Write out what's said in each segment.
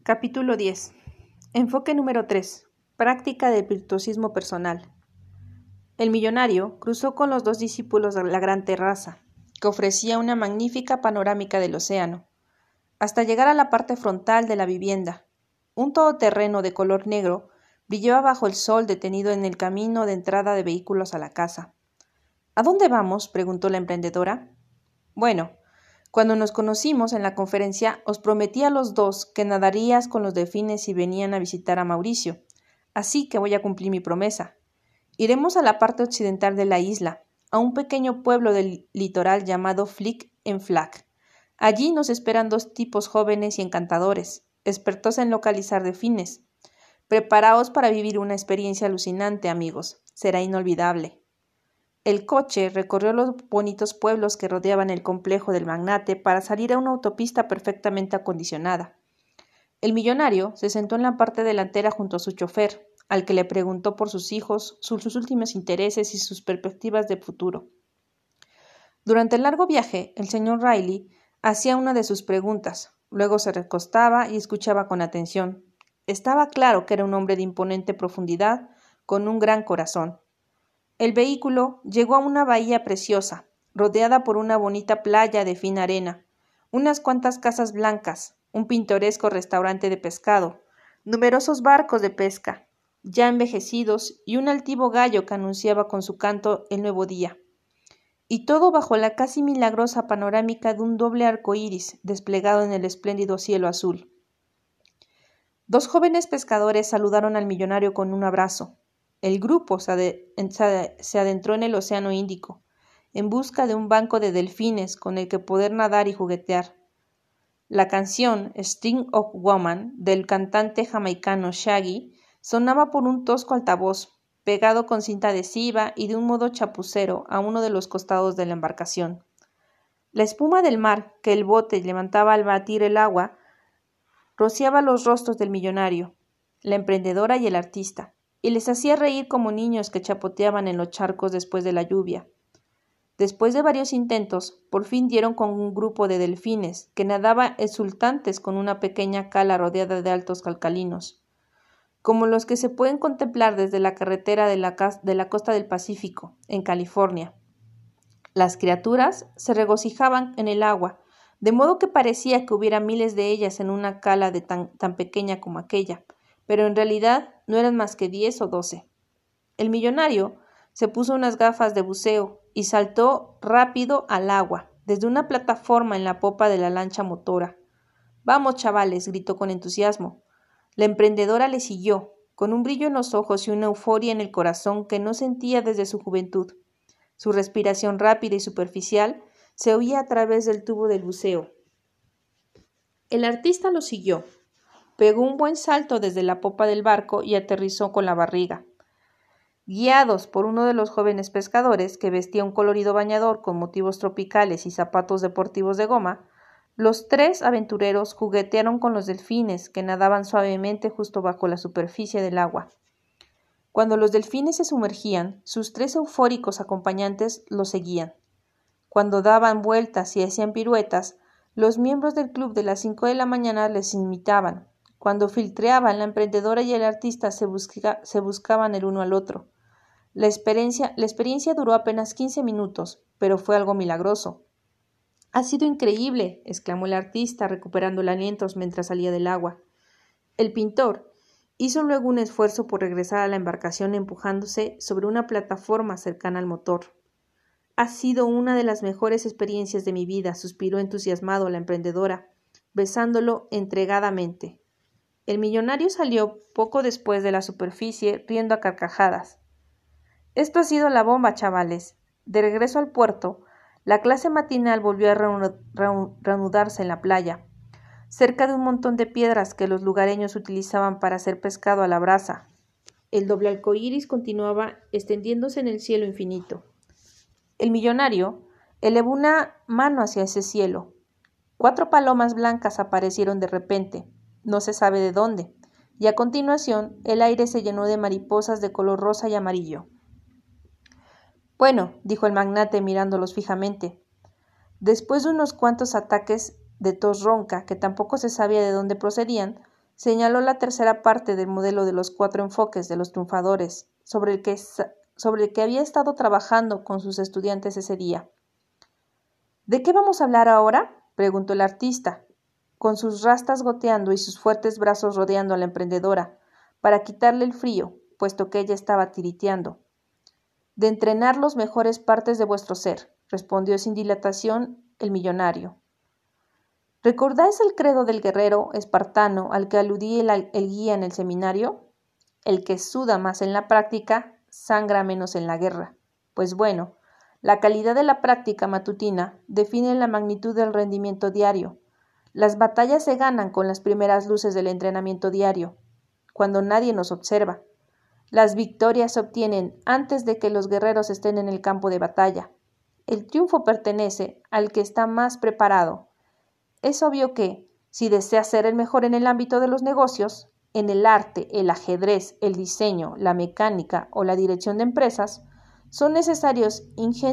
Capítulo 10. Enfoque número 3. Práctica del virtuosismo personal. El millonario cruzó con los dos discípulos la gran terraza, que ofrecía una magnífica panorámica del océano, hasta llegar a la parte frontal de la vivienda. Un todoterreno de color negro brillaba bajo el sol detenido en el camino de entrada de vehículos a la casa. ¿A dónde vamos?, preguntó la emprendedora. Bueno, cuando nos conocimos en la conferencia, os prometí a los dos que nadarías con los delfines si venían a visitar a Mauricio, así que voy a cumplir mi promesa. Iremos a la parte occidental de la isla, a un pequeño pueblo del litoral llamado Flic en Flac. Allí nos esperan dos tipos jóvenes y encantadores, expertos en localizar delfines. Preparaos para vivir una experiencia alucinante, amigos. Será inolvidable. El coche recorrió los bonitos pueblos que rodeaban el complejo del magnate para salir a una autopista perfectamente acondicionada. El millonario se sentó en la parte delantera junto a su chofer, al que le preguntó por sus hijos, sus últimos intereses y sus perspectivas de futuro. Durante el largo viaje, el señor Riley hacía una de sus preguntas, luego se recostaba y escuchaba con atención. Estaba claro que era un hombre de imponente profundidad, con un gran corazón. El vehículo llegó a una bahía preciosa, rodeada por una bonita playa de fina arena, unas cuantas casas blancas, un pintoresco restaurante de pescado, numerosos barcos de pesca, ya envejecidos, y un altivo gallo que anunciaba con su canto el nuevo día. Y todo bajo la casi milagrosa panorámica de un doble arco iris desplegado en el espléndido cielo azul. Dos jóvenes pescadores saludaron al millonario con un abrazo. El grupo se adentró en el océano Índico, en busca de un banco de delfines con el que poder nadar y juguetear. La canción String of Woman del cantante jamaicano Shaggy sonaba por un tosco altavoz, pegado con cinta adhesiva y de un modo chapucero a uno de los costados de la embarcación. La espuma del mar que el bote levantaba al batir el agua rociaba los rostros del millonario, la emprendedora y el artista, y les hacía reír como niños que chapoteaban en los charcos después de la lluvia. Después de varios intentos, por fin dieron con un grupo de delfines que nadaban exultantes con una pequeña cala rodeada de altos alcalinos, como los que se pueden contemplar desde la carretera de la costa del Pacífico, en California. Las criaturas se regocijaban en el agua, de modo que parecía que hubiera miles de ellas en una cala tan pequeña como aquella, pero en realidad no eran más que 10 o 12. El millonario se puso unas gafas de buceo y saltó rápido al agua, desde una plataforma en la popa de la lancha motora. «Vamos, chavales», gritó con entusiasmo. La emprendedora le siguió, con un brillo en los ojos y una euforia en el corazón que no sentía desde su juventud. Su respiración rápida y superficial se oía a través del tubo del buceo. El artista lo siguió. Pegó un buen salto desde la popa del barco y aterrizó con la barriga. Guiados por uno de los jóvenes pescadores, que vestía un colorido bañador con motivos tropicales y zapatos deportivos de goma, los tres aventureros juguetearon con los delfines que nadaban suavemente justo bajo la superficie del agua. Cuando los delfines se sumergían, sus tres eufóricos acompañantes los seguían. Cuando daban vueltas y hacían piruetas, los miembros del club de las 5 de la mañana les imitaban. Cuando filtreaban, la emprendedora y el artista se buscaban el uno al otro. La experiencia duró apenas 15 minutos, pero fue algo milagroso. «Ha sido increíble», exclamó el artista, recuperando el aliento mientras salía del agua. El pintor hizo luego un esfuerzo por regresar a la embarcación empujándose sobre una plataforma cercana al motor. «Ha sido una de las mejores experiencias de mi vida», suspiró entusiasmado la emprendedora, besándolo entregadamente. El millonario salió poco después de la superficie, riendo a carcajadas. «Esto ha sido la bomba, chavales». De regreso al puerto, la clase matinal volvió a reanudarse en la playa, cerca de un montón de piedras que los lugareños utilizaban para hacer pescado a la brasa. El doble arcoíris continuaba extendiéndose en el cielo infinito. El millonario elevó una mano hacia ese cielo. 4 palomas blancas aparecieron de repente, no se sabe de dónde, y a continuación el aire se llenó de mariposas de color rosa y amarillo. «Bueno», dijo el magnate mirándolos fijamente, después de unos cuantos ataques de tos ronca que tampoco se sabía de dónde procedían, Señaló la tercera parte del modelo de los 4 enfoques de los triunfadores, sobre el que había estado trabajando con sus estudiantes ese día. ¿De qué vamos a hablar ahora?, preguntó el artista, con sus rastas goteando y sus fuertes brazos rodeando a la emprendedora, para quitarle el frío, puesto que ella estaba tiriteando. De entrenar las mejores partes de vuestro ser, respondió sin dilatación el millonario. ¿Recordáis el credo del guerrero espartano al que aludía el guía en el seminario? El que suda más en la práctica, sangra menos en la guerra. Pues bueno, la calidad de la práctica matutina define la magnitud del rendimiento diario. Las batallas se ganan con las primeras luces del entrenamiento diario, cuando nadie nos observa. Las victorias se obtienen antes de que los guerreros estén en el campo de batalla. El triunfo pertenece al que está más preparado. Es obvio que, si deseas ser el mejor en el ámbito de los negocios, en el arte, el ajedrez, el diseño, la mecánica o la dirección de empresas, son necesarios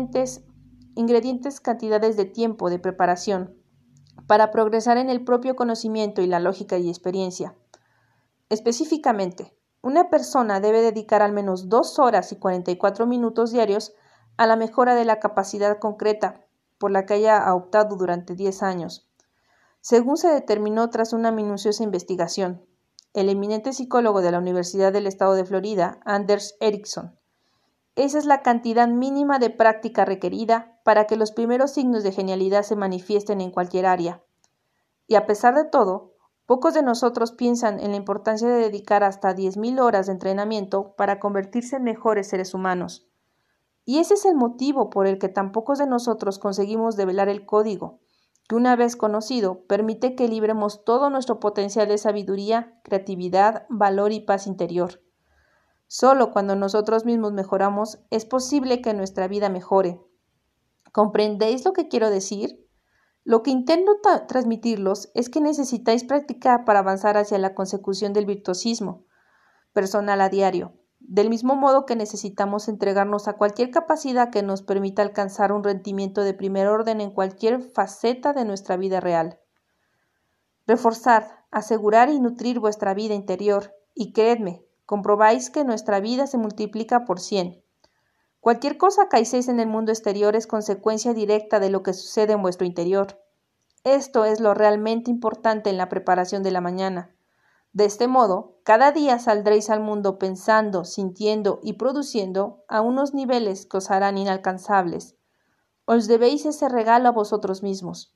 ingredientes cantidades de tiempo de preparación para progresar en el propio conocimiento y la lógica y experiencia. Específicamente, una persona debe dedicar al menos 2 horas y 44 minutos diarios a la mejora de la capacidad concreta por la que haya optado durante 10 años. Según se determinó tras una minuciosa investigación, el eminente psicólogo de la Universidad del Estado de Florida, Anders Ericsson. Esa es la cantidad mínima de práctica requerida para que los primeros signos de genialidad se manifiesten en cualquier área. Y a pesar de todo, pocos de nosotros piensan en la importancia de dedicar hasta 10.000 horas de entrenamiento para convertirse en mejores seres humanos. Y ese es el motivo por el que tan pocos de nosotros conseguimos develar el código, que una vez conocido permite que libremos todo nuestro potencial de sabiduría, creatividad, valor y paz interior. Solo cuando nosotros mismos mejoramos es posible que nuestra vida mejore. ¿Comprendéis lo que quiero decir? Lo que intento transmitirlos es que necesitáis practicar para avanzar hacia la consecución del virtuosismo personal a diario, del mismo modo que necesitamos entregarnos a cualquier capacidad que nos permita alcanzar un rendimiento de primer orden en cualquier faceta de nuestra vida real. Reforzad, asegurar y nutrir vuestra vida interior, y creedme, comprobáis que nuestra vida se multiplica por 100. Cualquier cosa que hacéis en el mundo exterior es consecuencia directa de lo que sucede en vuestro interior. Esto es lo realmente importante en la preparación de la mañana. De este modo, cada día saldréis al mundo pensando, sintiendo y produciendo a unos niveles que os harán inalcanzables. Os debéis ese regalo a vosotros mismos.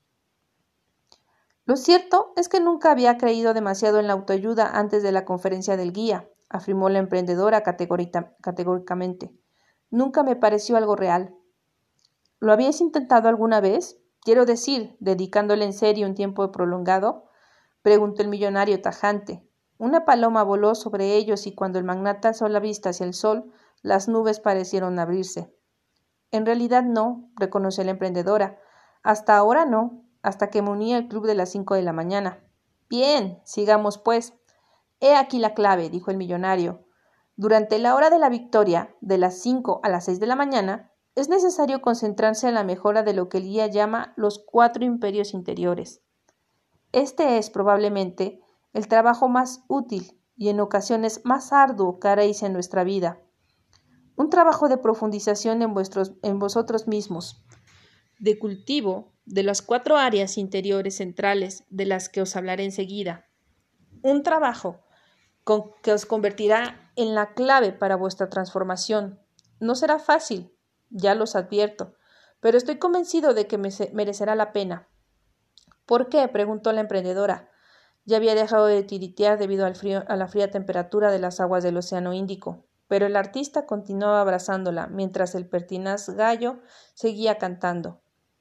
Lo cierto es que nunca había creído demasiado en la autoayuda antes de la conferencia del guía, afirmó la emprendedora categóricamente. Nunca me pareció algo real. ¿Lo habíais intentado alguna vez? Quiero decir, dedicándole en serio un tiempo prolongado, preguntó el millonario tajante. Una paloma voló sobre ellos y cuando el magnate alzó la vista hacia el sol, las nubes parecieron abrirse. En realidad no, reconoció la emprendedora. Hasta ahora no, hasta que me uní al club de las 5 de la mañana. Bien, sigamos pues. He aquí la clave, dijo el millonario. Durante la hora de la victoria, de las 5 a las 6 de la mañana, es necesario concentrarse en la mejora de lo que el guía llama los 4 imperios interiores. Este es, probablemente, el trabajo más útil y en ocasiones más arduo que haréis en nuestra vida. Un trabajo de profundización en vosotros mismos, de cultivo de las 4 áreas interiores centrales de las que os hablaré enseguida. Un trabajo que os convertirá en la clave para vuestra transformación. No será fácil, ya los advierto, pero estoy convencido de que merecerá la pena. ¿Por qué?, preguntó la emprendedora. Ya había dejado de tiritear debido a la fría temperatura de las aguas del Océano Índico, pero el artista continuaba abrazándola mientras el pertinaz gallo seguía cantando.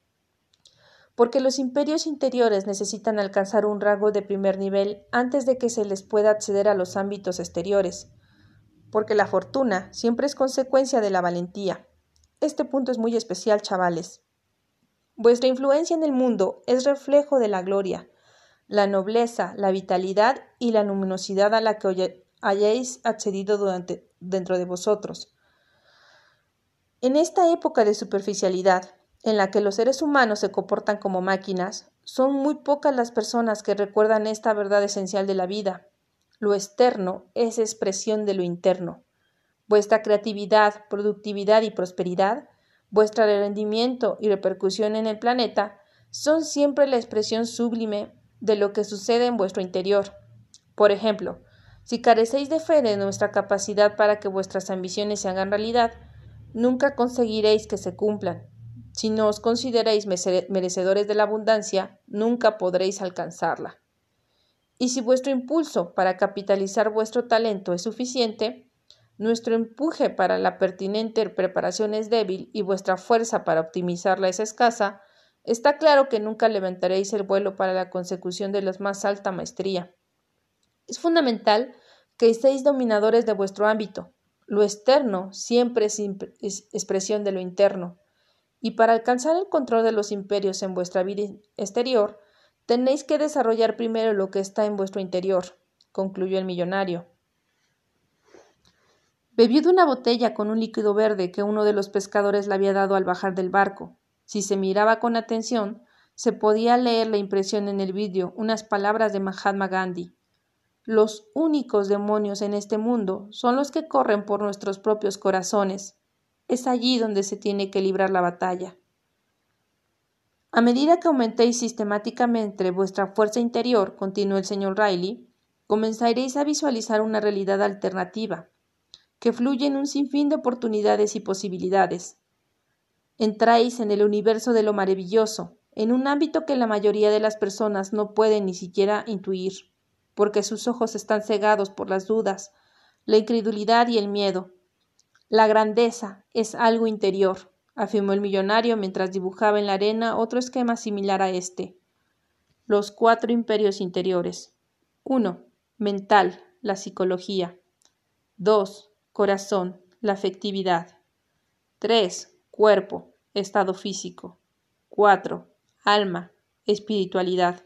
Porque los imperios interiores necesitan alcanzar un rango de primer nivel antes de que se les pueda acceder a los ámbitos exteriores. Porque la fortuna siempre es consecuencia de la valentía. Este punto es muy especial, chavales. Vuestra influencia en el mundo es reflejo de la gloria, la nobleza, la vitalidad y la luminosidad a la que hayáis accedido dentro de vosotros. En esta época de superficialidad, en la que los seres humanos se comportan como máquinas, son muy pocas las personas que recuerdan esta verdad esencial de la vida. Lo externo es expresión de lo interno. Vuestra creatividad, productividad y prosperidad, vuestro rendimiento y repercusión en el planeta son siempre la expresión sublime de lo que sucede en vuestro interior. Por ejemplo, si carecéis de fe de nuestra capacidad para que vuestras ambiciones se hagan realidad, nunca conseguiréis que se cumplan. Si no os consideráis merecedores de la abundancia, nunca podréis alcanzarla. Y si vuestro impulso para capitalizar vuestro talento es suficiente, nuestro empuje para la pertinente preparación es débil y vuestra fuerza para optimizarla es escasa, está claro que nunca levantaréis el vuelo para la consecución de la más alta maestría. Es fundamental que seáis dominadores de vuestro ámbito. Lo externo siempre es expresión de lo interno. Y para alcanzar el control de los imperios en vuestra vida exterior, tenéis que desarrollar primero lo que está en vuestro interior, concluyó el millonario. Bebió de una botella con un líquido verde que uno de los pescadores le había dado al bajar del barco. Si se miraba con atención, se podía leer la impresión en el vidrio, unas palabras de Mahatma Gandhi. Los únicos demonios en este mundo son los que corren por nuestros propios corazones. Es allí donde se tiene que librar la batalla. A medida que aumentéis sistemáticamente vuestra fuerza interior, continuó el señor Riley, comenzaréis a visualizar una realidad alternativa, que fluye en un sinfín de oportunidades y posibilidades. Entráis en el universo de lo maravilloso, en un ámbito que la mayoría de las personas no pueden ni siquiera intuir, porque sus ojos están cegados por las dudas, la incredulidad y el miedo. La grandeza es algo interior, afirmó el millonario mientras dibujaba en la arena otro esquema similar a este. Los 4 imperios interiores. 1. Mental, la psicología. 2. Corazón, la afectividad. 3. Cuerpo, estado físico. 4. Alma, espiritualidad.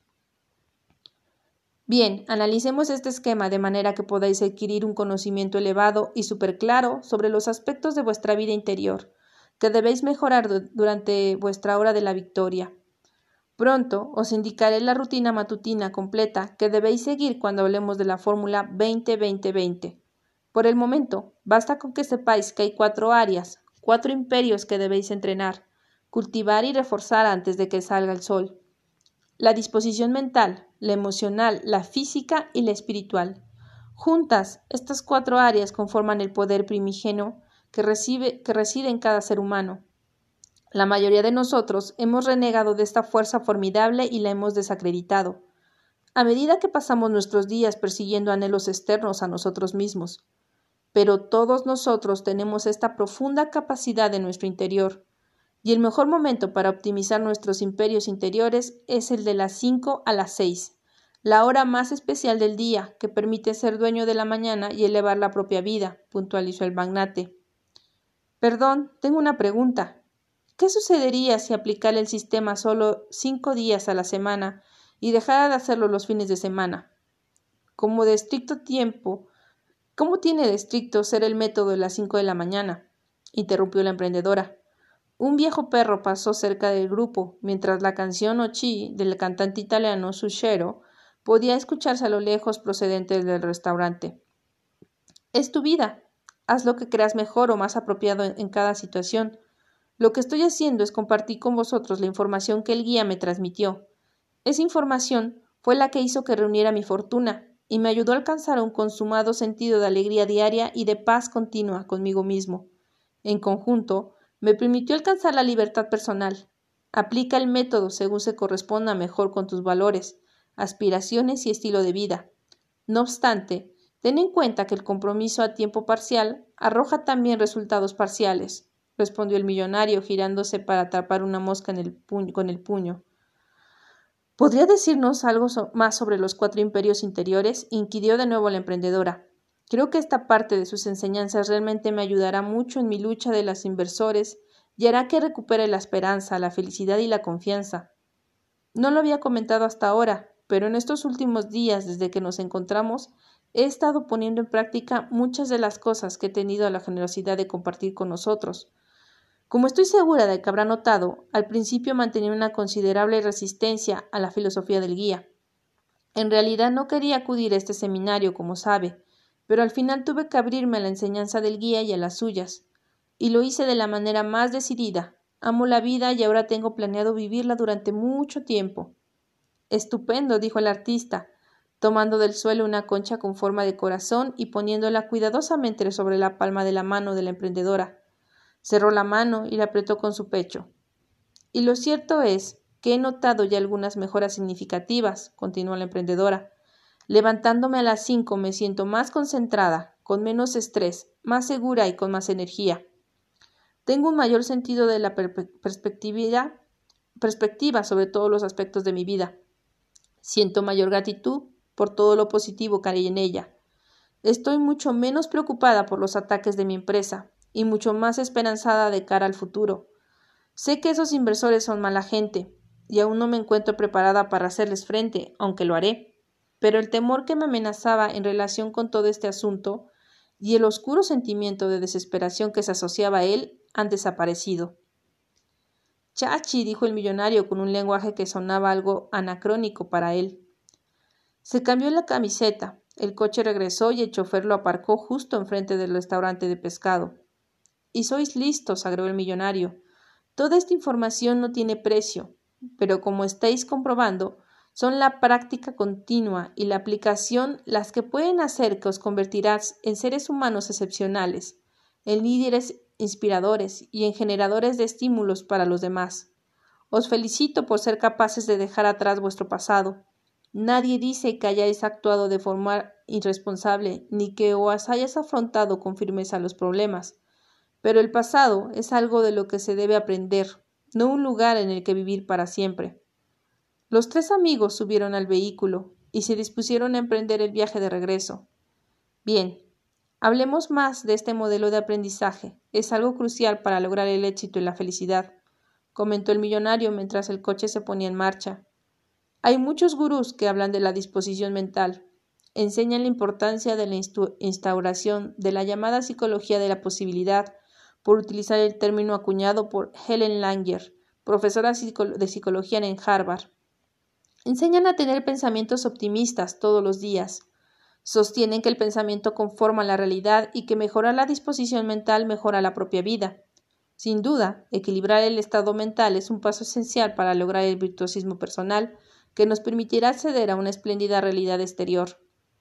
Bien, analicemos este esquema de manera que podáis adquirir un conocimiento elevado y superclaro sobre los aspectos de vuestra vida interior, que debéis mejorar durante vuestra hora de la victoria. Pronto os indicaré la rutina matutina completa que debéis seguir cuando hablemos de la fórmula 20-20-20. Por el momento, basta con que sepáis que hay 4 áreas, 4 imperios que debéis entrenar, cultivar y reforzar antes de que salga el sol. La disposición mental, la emocional, la física y la espiritual. Juntas, estas 4 áreas conforman el poder primigenio que reside en cada ser humano. La mayoría de nosotros hemos renegado de esta fuerza formidable y la hemos desacreditado. A medida que pasamos nuestros días persiguiendo anhelos externos a nosotros mismos. Pero todos nosotros tenemos esta profunda capacidad en nuestro interior, y el mejor momento para optimizar nuestros imperios interiores es el de las 5 a las 6, la hora más especial del día, que permite ser dueño de la mañana y elevar la propia vida, puntualizó el magnate. Perdón, tengo una pregunta. ¿Qué sucedería si aplicara el sistema solo 5 días a la semana y dejara de hacerlo los fines de semana? ¿Cómo tiene de estricto ser el método de las 5 de la mañana? Interrumpió la emprendedora. Un viejo perro pasó cerca del grupo, mientras la canción Ochi del cantante italiano Sushero podía escucharse a lo lejos procedente del restaurante. Es tu vida. Haz lo que creas mejor o más apropiado en cada situación. Lo que estoy haciendo es compartir con vosotros la información que el guía me transmitió. Esa información fue la que hizo que reuniera mi fortuna y me ayudó a alcanzar un consumado sentido de alegría diaria y de paz continua conmigo mismo. En conjunto, me permitió alcanzar la libertad personal. Aplica el método según se corresponda mejor con tus valores, aspiraciones y estilo de vida. No obstante, ten en cuenta que el compromiso a tiempo parcial arroja también resultados parciales, respondió el millonario girándose para atrapar una mosca con el puño. ¿Podría decirnos algo más sobre los 4 imperios interiores? Inquirió de nuevo la emprendedora. Creo que esta parte de sus enseñanzas realmente me ayudará mucho en mi lucha de los inversores y hará que recupere la esperanza, la felicidad y la confianza. No lo había comentado hasta ahora, pero en estos últimos días, desde que nos encontramos, he estado poniendo en práctica muchas de las cosas que he tenido la generosidad de compartir con nosotros. Como estoy segura de que habrá notado, al principio mantenía una considerable resistencia a la filosofía del guía. En realidad no quería acudir a este seminario, como sabe, pero al final tuve que abrirme a la enseñanza del guía y a las suyas, y lo hice de la manera más decidida. Amo la vida y ahora tengo planeado vivirla durante mucho tiempo. Estupendo, dijo el artista, tomando del suelo una concha con forma de corazón y poniéndola cuidadosamente sobre la palma de la mano de la emprendedora. Cerró la mano y la apretó con su pecho. Y lo cierto es que he notado ya algunas mejoras significativas, continuó la emprendedora. Levantándome a las 5 me siento más concentrada, con menos estrés, más segura y con más energía. Tengo un mayor sentido de la perspectiva sobre todos los aspectos de mi vida. Siento mayor gratitud por todo lo positivo que hay en ella. Estoy mucho menos preocupada por los ataques de mi empresa y mucho más esperanzada de cara al futuro. Sé que esos inversores son mala gente y aún no me encuentro preparada para hacerles frente, aunque lo haré. Pero el temor que me amenazaba en relación con todo este asunto y el oscuro sentimiento de desesperación que se asociaba a él han desaparecido. Chachi, dijo el millonario con un lenguaje que sonaba algo anacrónico para él. Se cambió la camiseta, el coche regresó y el chofer lo aparcó justo enfrente del restaurante de pescado. Y sois listos, agregó el millonario. Toda esta información no tiene precio, pero como estáis comprobando, son la práctica continua y la aplicación las que pueden hacer que os convertiráis en seres humanos excepcionales, en líderes inspiradores y en generadores de estímulos para los demás. Os felicito por ser capaces de dejar atrás vuestro pasado. Nadie dice que hayáis actuado de forma irresponsable ni que os hayáis afrontado con firmeza los problemas, pero el pasado es algo de lo que se debe aprender, no un lugar en el que vivir para siempre. Los tres amigos subieron al vehículo y se dispusieron a emprender el viaje de regreso. Bien, hablemos más de este modelo de aprendizaje. Es algo crucial para lograr el éxito y la felicidad, comentó el millonario mientras el coche se ponía en marcha. Hay muchos gurús que hablan de la disposición mental, enseñan la importancia de la instauración de la llamada psicología de la posibilidad, por utilizar el término acuñado por Helen Langer, profesora de psicología en Harvard. Enseñan a tener pensamientos optimistas todos los días. Sostienen que el pensamiento conforma la realidad y que mejorar la disposición mental mejora la propia vida. Sin duda, equilibrar el estado mental es un paso esencial para lograr el virtuosismo personal que nos permitirá acceder a una espléndida realidad exterior.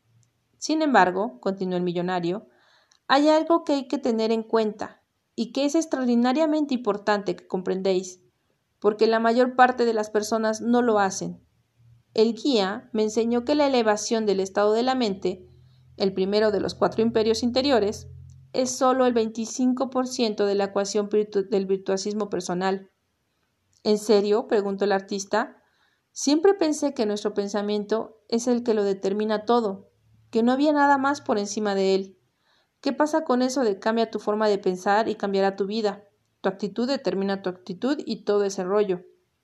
Sin embargo, continuó el millonario, hay algo que hay que tener en cuenta y que es extraordinariamente importante que comprendéis, porque la mayor parte de las personas no lo hacen. El guía me enseñó que la elevación del estado de la mente, el primero de los 4 imperios interiores, es solo el 25% de la ecuación del virtuosismo personal. ¿En serio?, preguntó el artista. Siempre pensé que nuestro pensamiento es el que lo determina todo, que no había nada más por encima de él. ¿Qué pasa con eso de cambia tu forma de pensar y cambiará tu vida? Tu actitud determina tu actitud y todo ese rollo.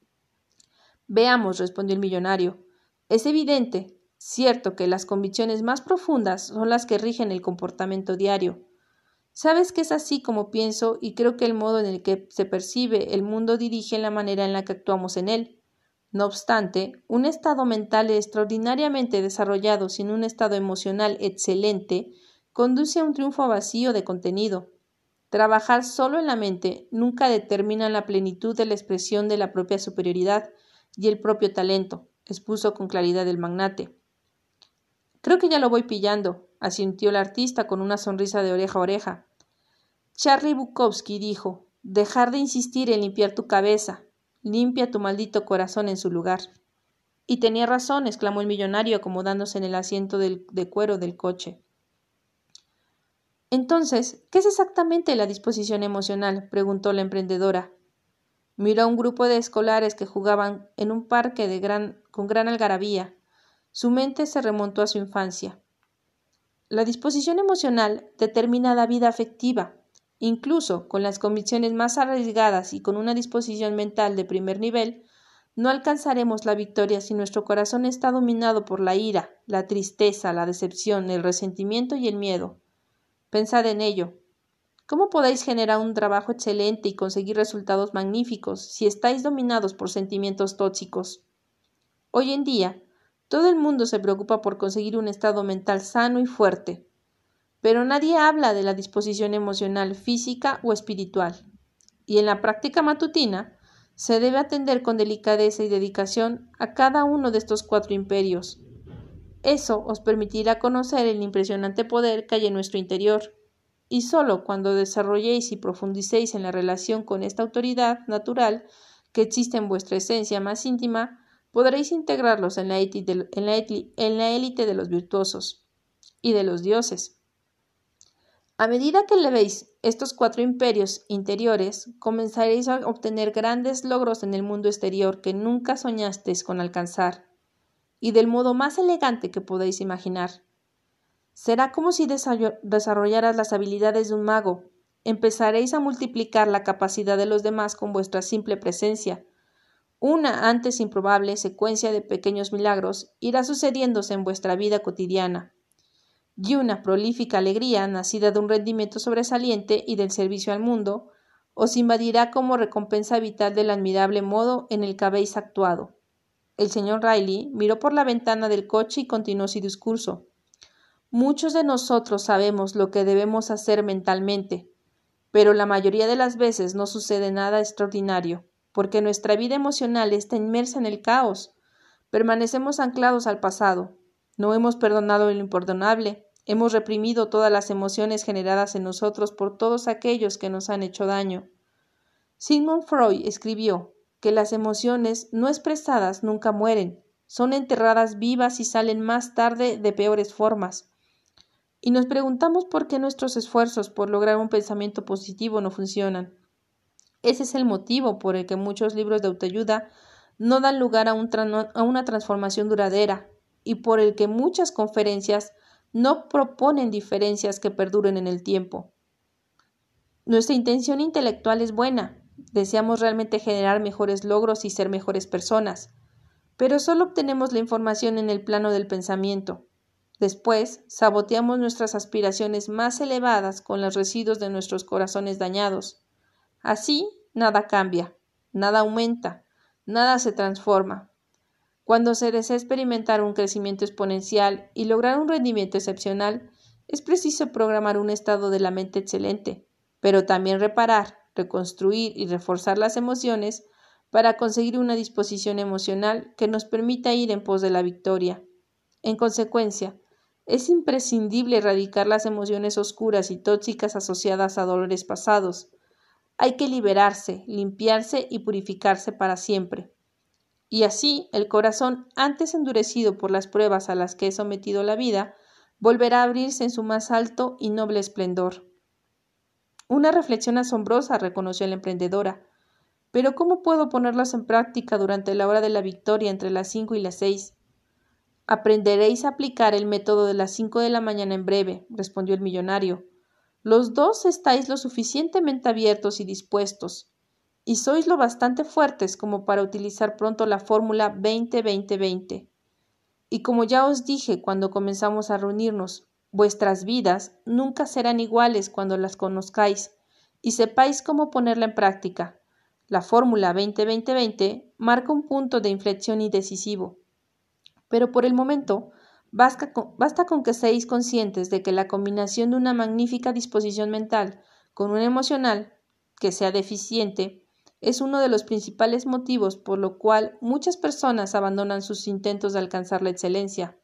Veamos, respondió el millonario. Es evidente, cierto, que las convicciones más profundas son las que rigen el comportamiento diario. Sabes que es así como pienso y creo que el modo en el que se percibe el mundo dirige la manera en la que actuamos en él. No obstante, un estado mental extraordinariamente desarrollado sin un estado emocional excelente conduce a un triunfo vacío de contenido. Trabajar solo en la mente nunca determina la plenitud de la expresión de la propia superioridad y el propio talento, expuso con claridad el magnate. Creo que ya lo voy pillando, asintió el artista con una sonrisa de oreja a oreja. Charlie Bukowski dijo, dejar de insistir en limpiar tu cabeza, limpia tu maldito corazón en su lugar. Y tenía razón, exclamó el millonario acomodándose en el asiento de cuero del coche. Entonces, ¿qué es exactamente la disposición emocional?, preguntó la emprendedora. Miró a un grupo de escolares que jugaban en un parque con gran algarabía. Su mente se remontó a su infancia. La disposición emocional determina la vida afectiva. Incluso con las convicciones más arriesgadas y con una disposición mental de primer nivel, no alcanzaremos la victoria si nuestro corazón está dominado por la ira, la tristeza, la decepción, el resentimiento y el miedo. Pensad en ello. ¿Cómo podéis generar un trabajo excelente y conseguir resultados magníficos si estáis dominados por sentimientos tóxicos? Hoy en día, Todo el mundo se preocupa por conseguir un estado mental sano y fuerte, pero nadie habla de la disposición emocional, física o espiritual. Y en la práctica matutina se debe atender con delicadeza y dedicación a cada uno de estos 4 imperios. Eso os permitirá conocer el impresionante poder que hay en nuestro interior, y sólo cuando desarrolléis y profundicéis en la relación con esta autoridad natural que existe en vuestra esencia más íntima, podréis integrarlos en la élite de los virtuosos y de los dioses. A medida que elevéis estos 4 imperios interiores, comenzaréis a obtener grandes logros en el mundo exterior que nunca soñasteis con alcanzar, y del modo más elegante que podéis imaginar. Será como si desarrollaras las habilidades de un mago. Empezaréis a multiplicar la capacidad de los demás con vuestra simple presencia. Una antes improbable secuencia de pequeños milagros irá sucediéndose en vuestra vida cotidiana, y una prolífica alegría, nacida de un rendimiento sobresaliente y del servicio al mundo, os invadirá como recompensa vital del admirable modo en el que habéis actuado. El señor Riley miró por la ventana del coche y continuó su discurso. Muchos de nosotros sabemos lo que debemos hacer mentalmente, pero la mayoría de las veces no sucede nada extraordinario, porque nuestra vida emocional está inmersa en el caos. Permanecemos anclados al pasado. No hemos perdonado lo imperdonable. Hemos reprimido todas las emociones generadas en nosotros por todos aquellos que nos han hecho daño. Sigmund Freud escribió que las emociones no expresadas nunca mueren, son enterradas vivas y salen más tarde de peores formas. Y nos preguntamos por qué nuestros esfuerzos por lograr un pensamiento positivo no funcionan. Ese es el motivo por el que muchos libros de autoayuda no dan lugar a una transformación duradera y por el que muchas conferencias no proponen diferencias que perduren en el tiempo. Nuestra intención intelectual es buena, deseamos realmente generar mejores logros y ser mejores personas, pero solo obtenemos la información en el plano del pensamiento. Después, saboteamos nuestras aspiraciones más elevadas con los residuos de nuestros corazones dañados. Así, nada cambia, nada aumenta, nada se transforma. Cuando se desea experimentar un crecimiento exponencial y lograr un rendimiento excepcional, es preciso programar un estado de la mente excelente, pero también reparar, reconstruir y reforzar las emociones para conseguir una disposición emocional que nos permita ir en pos de la victoria. En consecuencia, es imprescindible erradicar las emociones oscuras y tóxicas asociadas a dolores pasados. Hay que liberarse, limpiarse y purificarse para siempre. Y así, el corazón, antes endurecido por las pruebas a las que he sometido la vida, volverá a abrirse en su más alto y noble esplendor. Una reflexión asombrosa, reconoció la emprendedora. Pero ¿cómo puedo ponerlas en práctica durante la hora de la victoria entre las 5 y las 6? Aprenderéis a aplicar el método de las 5 de la mañana en breve, respondió el millonario. Los dos estáis lo suficientemente abiertos y dispuestos, y sois lo bastante fuertes como para utilizar pronto la fórmula 20-20-20. Y como ya os dije cuando comenzamos a reunirnos, vuestras vidas nunca serán iguales cuando las conozcáis y sepáis cómo ponerla en práctica. La fórmula 20-20-20 marca un punto de inflexión y decisivo. Pero por el momento, basta con que seáis conscientes de que la combinación de una magnífica disposición mental con una emocional que sea deficiente es uno de los principales motivos por lo cual muchas personas abandonan sus intentos de alcanzar la excelencia.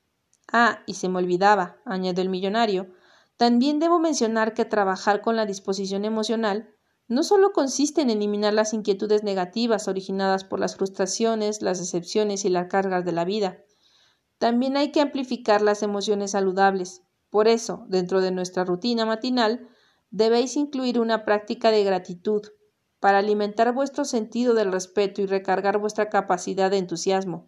Ah, y se me olvidaba, añadió el millonario, también debo mencionar que trabajar con la disposición emocional no solo consiste en eliminar las inquietudes negativas originadas por las frustraciones, las decepciones y las cargas de la vida. También hay que amplificar las emociones saludables. Por eso, dentro de nuestra rutina matinal, debéis incluir una práctica de gratitud, para alimentar vuestro sentido del respeto y recargar vuestra capacidad de entusiasmo.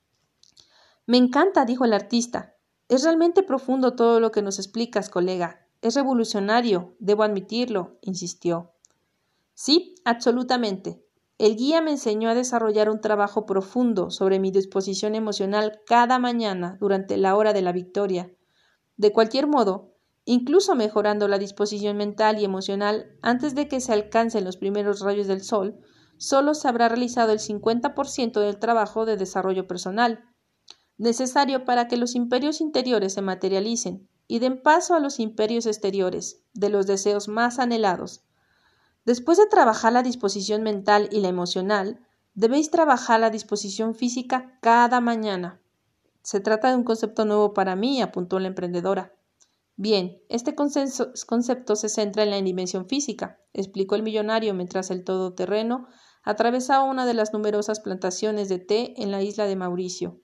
Me encanta, dijo el artista. Es realmente profundo todo lo que nos explicas, colega. Es revolucionario, debo admitirlo, insistió. Sí, absolutamente. El guía me enseñó a desarrollar un trabajo profundo sobre mi disposición emocional cada mañana durante la hora de la victoria. De cualquier modo, incluso mejorando la disposición mental y emocional antes de que se alcancen los primeros rayos del sol, solo se habrá realizado el 50% del trabajo de desarrollo personal. necesario para que los imperios interiores se materialicen y den paso a los imperios exteriores, de los deseos más anhelados. Después de trabajar la disposición mental y la emocional, debéis trabajar la disposición física cada mañana. Se trata de un concepto nuevo para mí, apuntó la emprendedora. Bien, este concepto se centra en la dimensión física, explicó el millonario mientras el todoterreno atravesaba una de las numerosas plantaciones de té en la isla de Mauricio.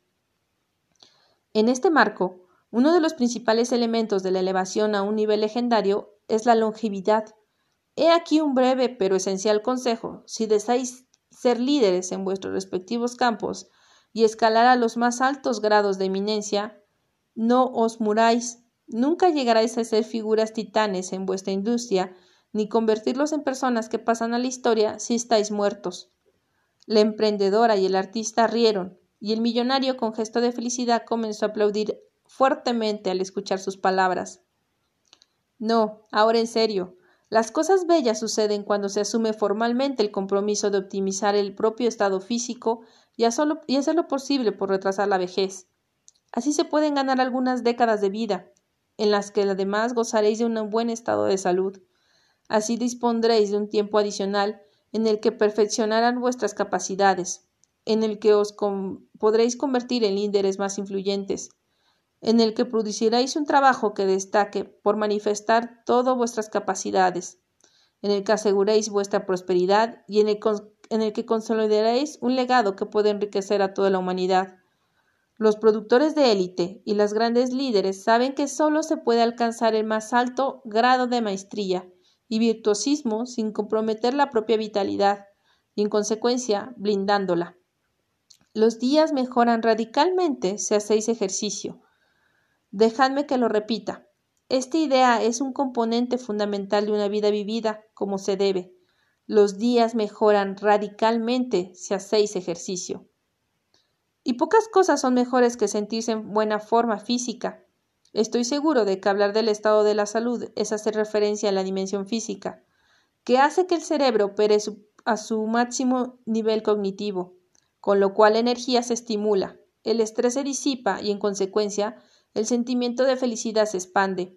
En este marco, uno de los principales elementos de la elevación a un nivel legendario es la longevidad. He aquí un breve pero esencial consejo. Si deseáis ser líderes en vuestros respectivos campos y escalar a los más altos grados de eminencia, no os muráis. Nunca llegaréis a ser figuras titanes en vuestra industria, ni convertirlos en personas que pasan a la historia si estáis muertos. La emprendedora y el artista rieron, y el millonario con gesto de felicidad comenzó a aplaudir fuertemente al escuchar sus palabras. No, ahora en serio. Las cosas bellas suceden cuando se asume formalmente el compromiso de optimizar el propio estado físico y hacer lo posible por retrasar la vejez. Así se pueden ganar algunas décadas de vida, en las que además gozaréis de un buen estado de salud. Así dispondréis de un tiempo adicional en el que perfeccionarán vuestras capacidades, en el que podréis convertir en líderes más influyentes, en el que produciréis un trabajo que destaque por manifestar todas vuestras capacidades, en el que aseguréis vuestra prosperidad y en el que consolidaréis un legado que puede enriquecer a toda la humanidad. Los productores de élite y los grandes líderes saben que solo se puede alcanzar el más alto grado de maestría y virtuosismo sin comprometer la propia vitalidad y, en consecuencia, blindándola. Los días mejoran radicalmente si hacéis ejercicio. Dejadme que lo repita. Esta idea es un componente fundamental de una vida vivida como se debe. Los días mejoran radicalmente si hacéis ejercicio. Y pocas cosas son mejores que sentirse en buena forma física. Estoy seguro de que hablar del estado de la salud es hacer referencia a la dimensión física, que hace que el cerebro opere a su máximo nivel cognitivo, con lo cual la energía se estimula, el estrés se disipa y, en consecuencia, el sentimiento de felicidad se expande.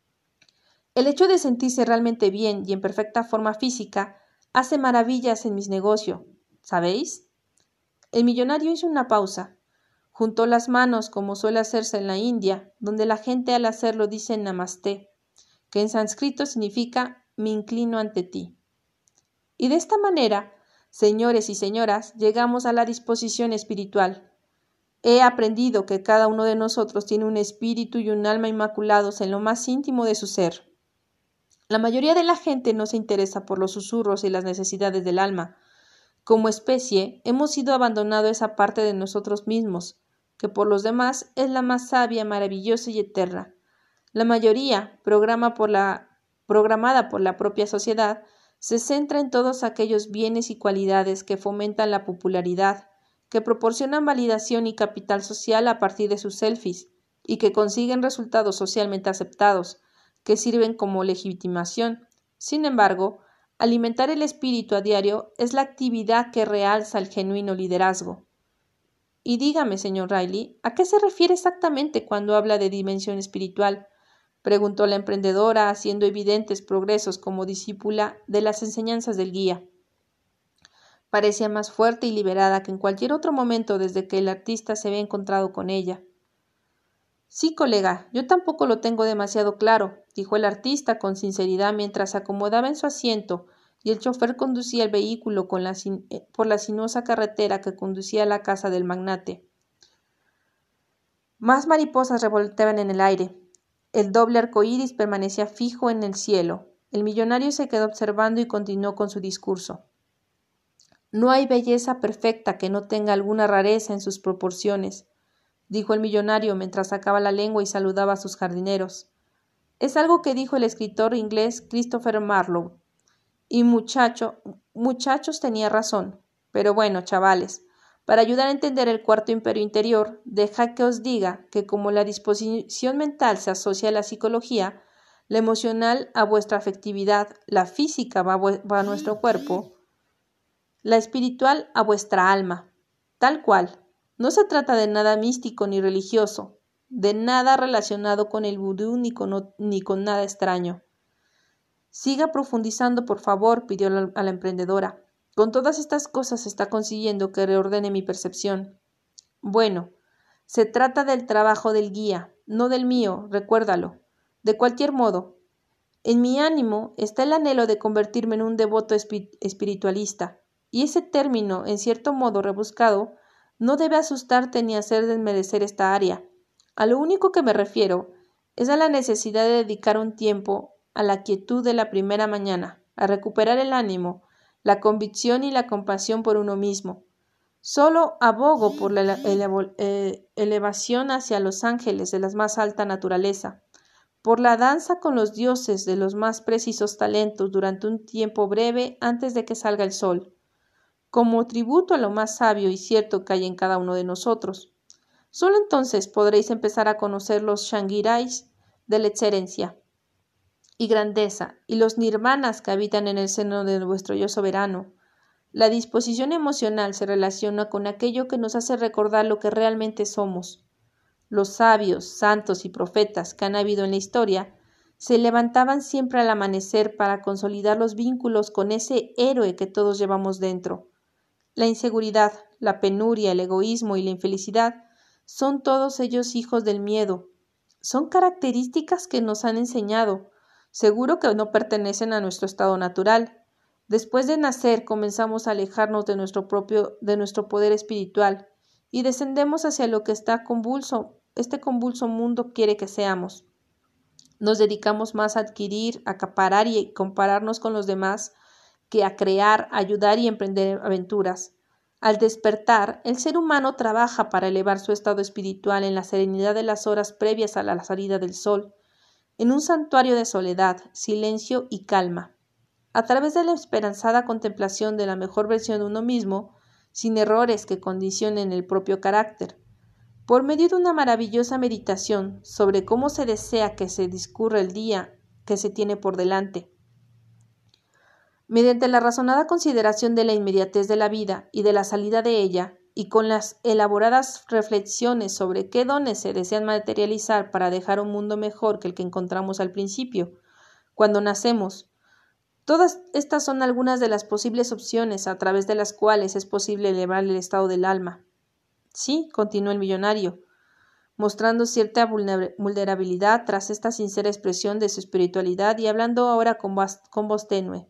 El hecho de sentirse realmente bien y en perfecta forma física hace maravillas en mis negocios, ¿sabéis? El millonario hizo una pausa, juntó las manos como suele hacerse en la India, donde la gente al hacerlo dice Namaste, que en sánscrito significa me inclino ante ti. Y de esta manera, señores y señoras, llegamos a la disposición espiritual. He aprendido que cada uno de nosotros tiene un espíritu y un alma inmaculados en lo más íntimo de su ser. La mayoría de la gente no se interesa por los susurros y las necesidades del alma. Como especie, hemos sido abandonado esa parte de nosotros mismos, que por los demás es la más sabia, maravillosa y eterna. La mayoría, programada por la propia sociedad, se centra en todos aquellos bienes y cualidades que fomentan la popularidad, que proporcionan validación y capital social a partir de sus selfies y que consiguen resultados socialmente aceptados, que sirven como legitimación. Sin embargo, alimentar el espíritu a diario es la actividad que realza el genuino liderazgo. Y dígame, señor Riley, ¿a qué se refiere exactamente cuando habla de dimensión espiritual?, preguntó la emprendedora, haciendo evidentes progresos como discípula de las enseñanzas del guía. Parecía más fuerte y liberada que en cualquier otro momento desde que el artista se había encontrado con ella. Sí, colega, yo tampoco lo tengo demasiado claro, dijo el artista con sinceridad mientras se acomodaba en su asiento y el chofer conducía el vehículo por la sinuosa carretera que conducía a la casa del magnate. Más mariposas revoloteaban en el aire. El doble arco iris permanecía fijo en el cielo. El millonario se quedó observando y continuó con su discurso. No hay belleza perfecta que no tenga alguna rareza en sus proporciones, dijo el millonario mientras sacaba la lengua y saludaba a sus jardineros. Es algo que dijo el escritor inglés Christopher Marlowe. Y muchachos tenía razón. Pero bueno, chavales, para ayudar a entender el cuarto imperio interior, deja que os diga que como la disposición mental se asocia a la psicología, la emocional a vuestra afectividad, la física va a nuestro cuerpo, la espiritual a vuestra alma. Tal cual, No se trata de nada místico ni religioso, de nada relacionado con el vudú ni con nada extraño. Siga profundizando, por favor, pidió a la emprendedora. Con todas estas cosas está consiguiendo que reordene mi percepción. Bueno, se trata del trabajo del guía, no del mío, recuérdalo. De cualquier modo, en mi ánimo está el anhelo de convertirme en un devoto espiritualista, y ese término, en cierto modo rebuscado, no debe asustarte ni hacer desmerecer esta área. A lo único que me refiero es a la necesidad de dedicar un tiempo a la quietud de la primera mañana, a recuperar el ánimo, la convicción y la compasión por uno mismo. Solo abogo por la elevación hacia los ángeles de la más alta naturaleza, por la danza con los dioses de los más precisos talentos durante un tiempo breve antes de que salga el sol, como tributo a lo más sabio y cierto que hay en cada uno de nosotros. Solo entonces podréis empezar a conocer los shangirais de la excelencia y grandeza y los nirvanas que habitan en el seno de vuestro yo soberano. La disposición emocional se relaciona con aquello que nos hace recordar lo que realmente somos. Los sabios, santos y profetas que han habido en la historia se levantaban siempre al amanecer para consolidar los vínculos con ese héroe que todos llevamos dentro. La inseguridad, la penuria, el egoísmo y la infelicidad son todos ellos hijos del miedo. Son características que nos han enseñado. Seguro que no pertenecen a nuestro estado natural. Después de nacer comenzamos a alejarnos de nuestro poder espiritual y descendemos hacia lo que este convulso mundo quiere que seamos. Nos dedicamos más a adquirir, acaparar y compararnos con los demás que a crear, ayudar y emprender aventuras. Al despertar, el ser humano trabaja para elevar su estado espiritual en la serenidad de las horas previas a la salida del sol, en un santuario de soledad, silencio y calma. A través de la esperanzada contemplación de la mejor versión de uno mismo, sin errores que condicionen el propio carácter, por medio de una maravillosa meditación sobre cómo se desea que se discurra el día que se tiene por delante. Mediante la razonada consideración de la inmediatez de la vida y de la salida de ella, y con las elaboradas reflexiones sobre qué dones se desean materializar para dejar un mundo mejor que el que encontramos al principio, cuando nacemos, todas estas son algunas de las posibles opciones a través de las cuales es posible elevar el estado del alma. Sí, continuó el millonario, mostrando cierta vulnerabilidad tras esta sincera expresión de su espiritualidad y hablando ahora con voz tenue.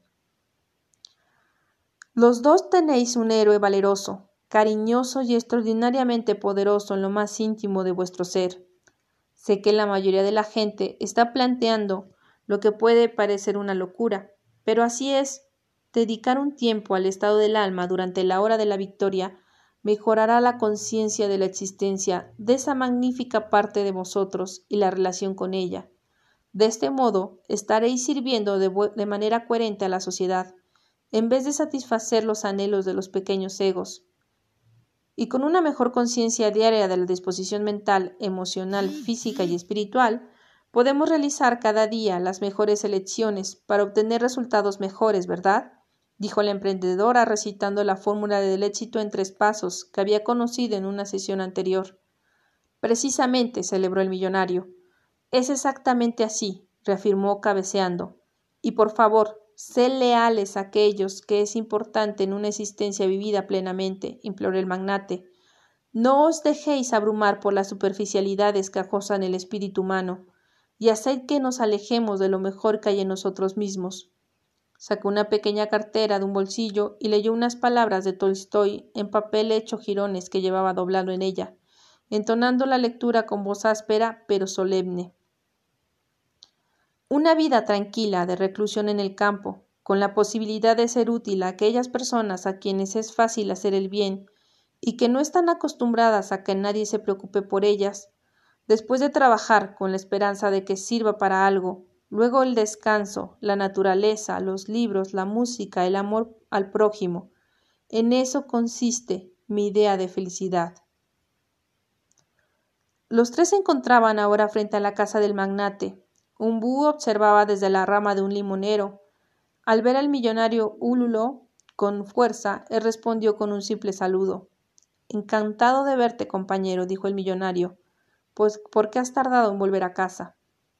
Los dos tenéis un héroe valeroso, cariñoso y extraordinariamente poderoso en lo más íntimo de vuestro ser. Sé que la mayoría de la gente está planteando lo que puede parecer una locura, pero así es. Dedicar un tiempo al estado del alma durante la hora de la victoria mejorará la conciencia de la existencia de esa magnífica parte de vosotros y la relación con ella. De este modo, estaréis sirviendo de manera coherente a la sociedad, en vez de satisfacer los anhelos de los pequeños egos. Y con una mejor conciencia diaria de la disposición mental, emocional, física y espiritual, podemos realizar cada día las mejores elecciones para obtener resultados mejores, ¿verdad?, dijo la emprendedora recitando la fórmula del éxito en 3 pasos que había conocido en una sesión anterior. Precisamente, celebró el millonario. Es exactamente así, reafirmó cabeceando. Y por favor, sed leales a aquellos que es importante en una existencia vivida plenamente, imploró el magnate. No os dejéis abrumar por las superficialidades que acosan el espíritu humano, y haced que nos alejemos de lo mejor que hay en nosotros mismos. Sacó una pequeña cartera de un bolsillo y leyó unas palabras de Tolstói en papel hecho jirones que llevaba doblado en ella, entonando la lectura con voz áspera pero solemne. Una vida tranquila de reclusión en el campo, con la posibilidad de ser útil a aquellas personas a quienes es fácil hacer el bien y que no están acostumbradas a que nadie se preocupe por ellas, después de trabajar con la esperanza de que sirva para algo, luego el descanso, la naturaleza, los libros, la música, el amor al prójimo. En eso consiste mi idea de felicidad. Los 3 se encontraban ahora frente a la casa del magnate. Un búho observaba desde la rama de un limonero. Al ver al millonario ululó con fuerza, él respondió con un simple saludo. Encantado de verte, compañero, dijo el millonario. Pues, ¿por qué has tardado en volver a casa?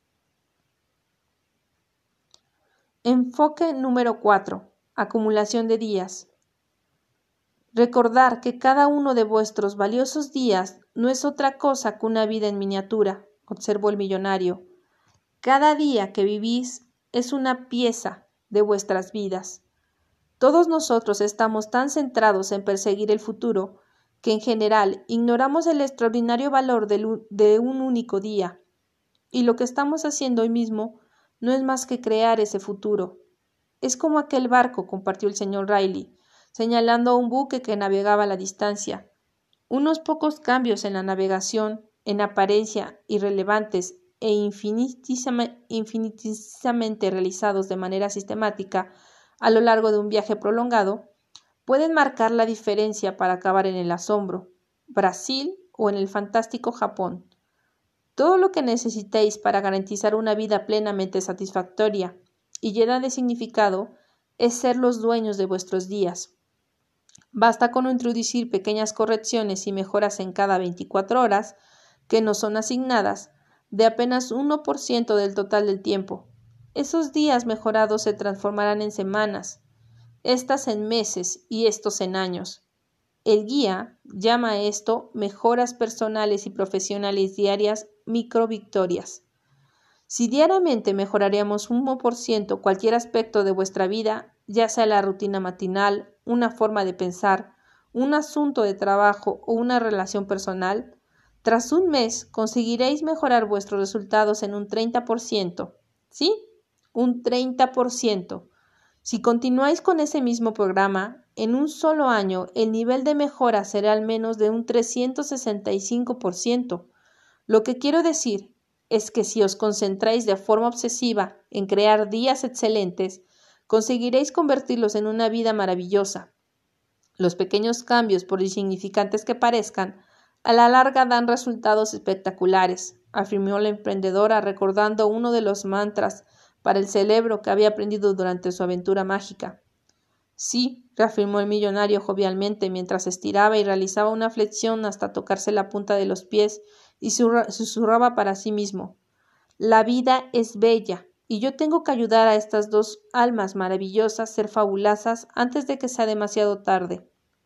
Enfoque número 4. Acumulación de días. Recordar que cada uno de vuestros valiosos días no es otra cosa que una vida en miniatura, observó el millonario. Cada día que vivís es una pieza de vuestras vidas. Todos nosotros estamos tan centrados en perseguir el futuro que en general ignoramos el extraordinario valor de un único día. Y lo que estamos haciendo hoy mismo no es más que crear ese futuro. Es como aquel barco, compartió el señor Riley, señalando a un buque que navegaba a la distancia. Unos pocos cambios en la navegación, en apariencia irrelevantes e infinitísimamente realizados de manera sistemática a lo largo de un viaje prolongado, pueden marcar la diferencia para acabar en el asombro, Brasil o en el fantástico Japón. Todo lo que necesitéis para garantizar una vida plenamente satisfactoria y llena de significado es ser los dueños de vuestros días. Basta con introducir pequeñas correcciones y mejoras en cada 24 horas, que nos son asignadas, de apenas 1% del total del tiempo. Esos días mejorados se transformarán en semanas, estas en meses y estos en años. El guía llama a esto mejoras personales y profesionales diarias, microvictorias. Si diariamente mejoraríamos 1% cualquier aspecto de vuestra vida, ya sea la rutina matinal, una forma de pensar, un asunto de trabajo o una relación personal, tras un mes conseguiréis mejorar vuestros resultados en un 30%. ¿Sí? Un 30%. Si continuáis con ese mismo programa, en un solo año el nivel de mejora será al menos de un 365%. Lo que quiero decir es que si os concentráis de forma obsesiva en crear días excelentes, conseguiréis convertirlos en una vida maravillosa. Los pequeños cambios, por insignificantes que parezcan, a la larga dan resultados espectaculares, afirmó la emprendedora recordando uno de los mantras para el cerebro que había aprendido durante su aventura mágica. Sí, reafirmó el millonario jovialmente mientras estiraba y realizaba una flexión hasta tocarse la punta de los pies y susurraba para sí mismo. La vida es bella y yo tengo que ayudar a estas dos almas maravillosas a ser fabulosas antes de que sea demasiado tarde.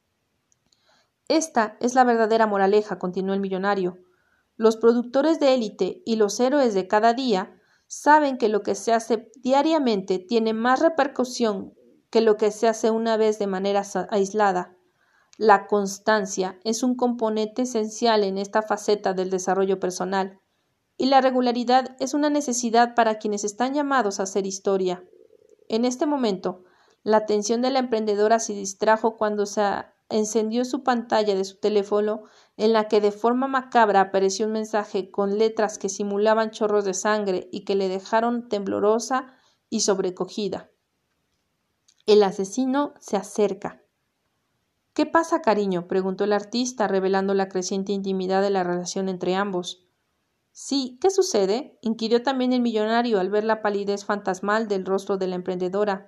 Esta es la verdadera moraleja, continuó el millonario. Los productores de élite y los héroes de cada día saben que lo que se hace diariamente tiene más repercusión que lo que se hace una vez de manera aislada. La constancia es un componente esencial en esta faceta del desarrollo personal, y la regularidad es una necesidad para quienes están llamados a hacer historia. En este momento, la atención de la emprendedora se distrajo cuando se encendió su pantalla de su teléfono, en la que de forma macabra apareció un mensaje con letras que simulaban chorros de sangre y que le dejaron temblorosa y sobrecogida. El asesino se acerca. ¿Qué pasa, cariño?, preguntó el artista, revelando la creciente intimidad de la relación entre ambos. Sí, ¿qué sucede?, inquirió también el millonario al ver la palidez fantasmal del rostro de la emprendedora.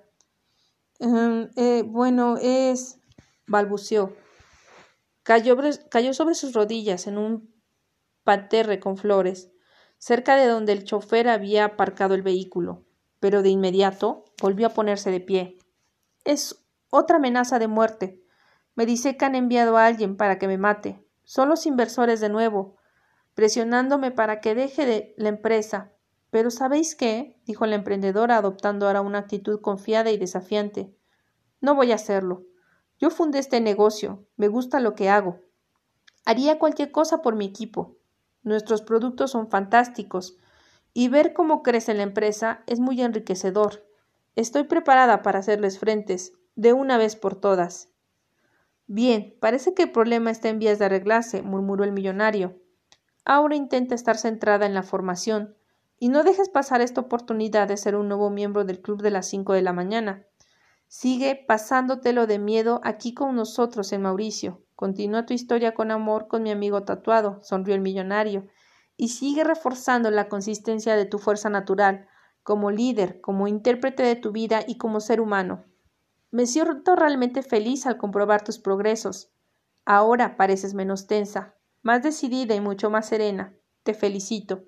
Bueno, balbuceó. Cayó sobre sus rodillas en un parterre con flores, cerca de donde el chofer había aparcado el vehículo, pero de inmediato volvió a ponerse de pie. Es otra amenaza de muerte. Me dice que han enviado a alguien para que me mate. Son los inversores de nuevo, presionándome para que deje la empresa. Pero ¿sabéis qué?, dijo la emprendedora, adoptando ahora una actitud confiada y desafiante. No voy a hacerlo. Yo fundé este negocio. Me gusta lo que hago. Haría cualquier cosa por mi equipo. Nuestros productos son fantásticos, y ver cómo crece la empresa es muy enriquecedor. Estoy preparada para hacerles frentes, de una vez por todas. Bien, parece que el problema está en vías de arreglarse, murmuró el millonario. Ahora intenta estar centrada en la formación, y no dejes pasar esta oportunidad de ser un nuevo miembro del club de las 5 de la mañana. Sigue pasándotelo de miedo aquí con nosotros en Mauricio. Continúa tu historia con amor con mi amigo tatuado, sonrió el millonario, y sigue reforzando la consistencia de tu fuerza natural, como líder, como intérprete de tu vida y como ser humano. Me siento realmente feliz al comprobar tus progresos. Ahora pareces menos tensa, más decidida y mucho más serena. Te felicito.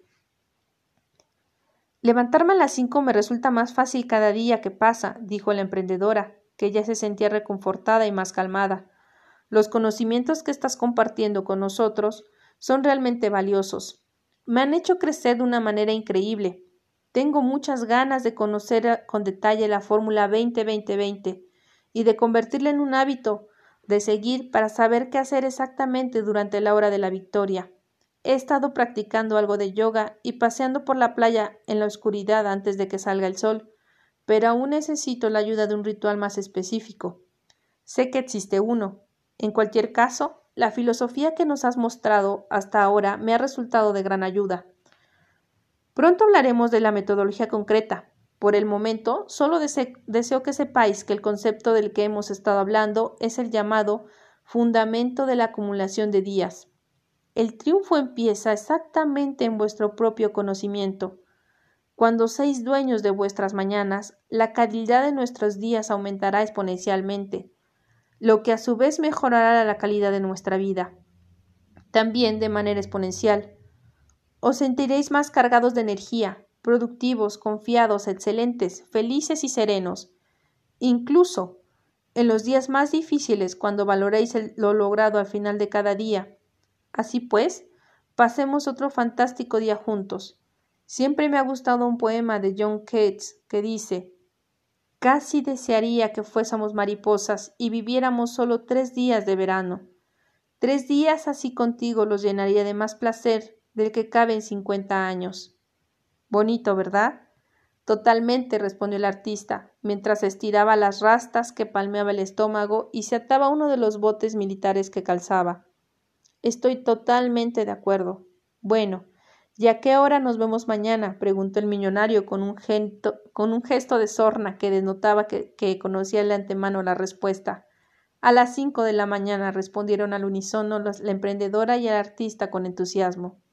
Levantarme a las 5 me resulta más fácil cada día que pasa, dijo la emprendedora, que ya se sentía reconfortada y más calmada. Los conocimientos que estás compartiendo con nosotros son realmente valiosos. Me han hecho crecer de una manera increíble. Tengo muchas ganas de conocer con detalle la fórmula 20-20-20 y de convertirla en un hábito de seguir para saber qué hacer exactamente durante la hora de la victoria. He estado practicando algo de yoga y paseando por la playa en la oscuridad antes de que salga el sol, pero aún necesito la ayuda de un ritual más específico. Sé que existe uno. En cualquier caso, la filosofía que nos has mostrado hasta ahora me ha resultado de gran ayuda. Pronto hablaremos de la metodología concreta. Por el momento, solo deseo que sepáis que el concepto del que hemos estado hablando es el llamado fundamento de la acumulación de días. El triunfo empieza exactamente en vuestro propio conocimiento. Cuando seáis dueños de vuestras mañanas, la calidad de nuestros días aumentará exponencialmente, lo que a su vez mejorará la calidad de nuestra vida, también de manera exponencial. Os sentiréis más cargados de energía, productivos, confiados, excelentes, felices y serenos. Incluso en los días más difíciles, cuando valoréis lo logrado al final de cada día. Así pues, pasemos otro fantástico día juntos. Siempre me ha gustado un poema de John Keats que dice: «Casi desearía que fuésemos mariposas y viviéramos solo 3 días de verano. 3 días así contigo los llenaría de más placer del que cabe en 50 años». Bonito, ¿verdad? Totalmente, respondió el artista, mientras estiraba las rastas que palmeaba el estómago y se ataba uno de los botes militares que calzaba. Estoy totalmente de acuerdo. Bueno, ¿y a qué hora nos vemos mañana?, preguntó el millonario con un gesto de sorna que denotaba que conocía de antemano la respuesta. A las 5 de la mañana, respondieron al unísono la emprendedora y el artista con entusiasmo.